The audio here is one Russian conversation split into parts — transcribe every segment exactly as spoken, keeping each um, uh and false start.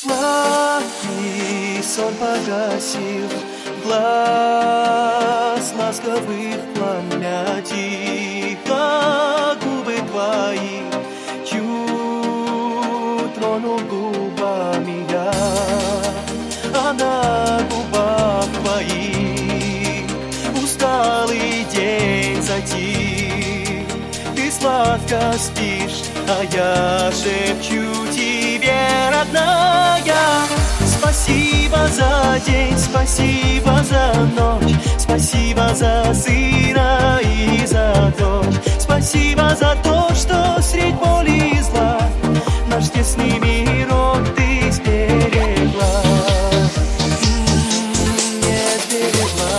Сладкий сон погасил глаз ласковых пламя тихо, губы твои чуть тронул губами я, а на губах твоих усталый день затих. Ты сладко спишь, а я шепчу тебе, родная, спасибо за день, спасибо за ночь, спасибо за сына и за дочь, спасибо за то, что средь боли и зла наш тесный мирок ты сберегла, не сберегла.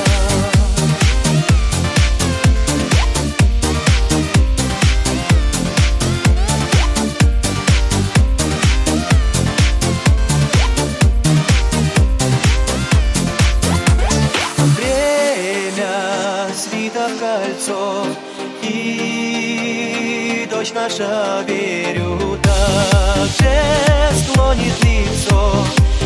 Кольцо и дождь наша, верю, также склонит лицо,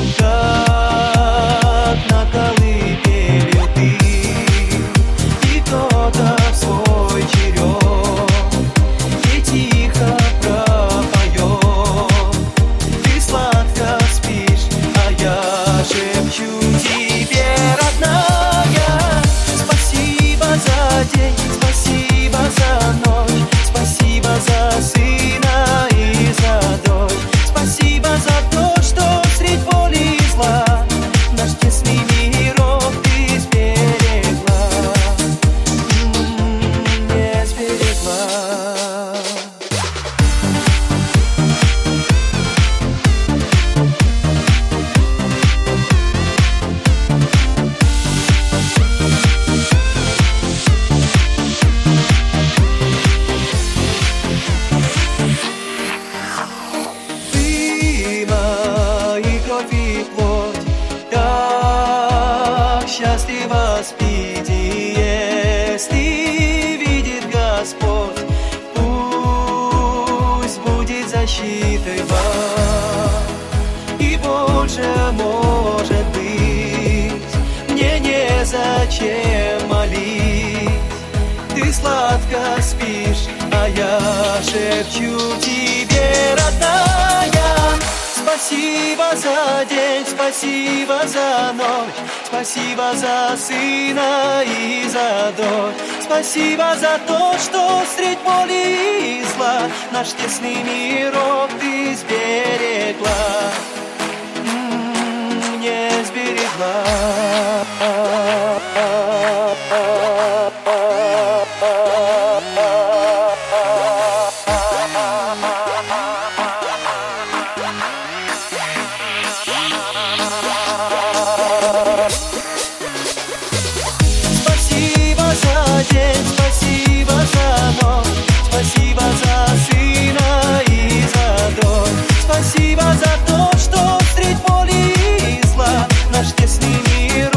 как на колыбели ты, и кто-то в свой черед и тихо пропоет. Ты сладко спишь, а я шепчу тебе, родная, за день, спасибо за ночь, спасибо за сына и за дочь, спасибо за то, что средь боли и зла наш тесный мирок ты сберегла, не сберегла. Счастливо спите, если видит Господь, пусть будет защитой вам, и больше может быть, мне незачем молить. Ты сладко спишь, а я шепчу тебе, родная, спасибо за день, спасибо за ночь, спасибо за сына и за дочь, спасибо за то, что средь боли и зла наш тесный мирок ты сберегла, м-м, не сберегла. Спасибо за день, спасибо за ночь, спасибо за сына и за дочь, спасибо за то, что средь боли и зла наш тесный мир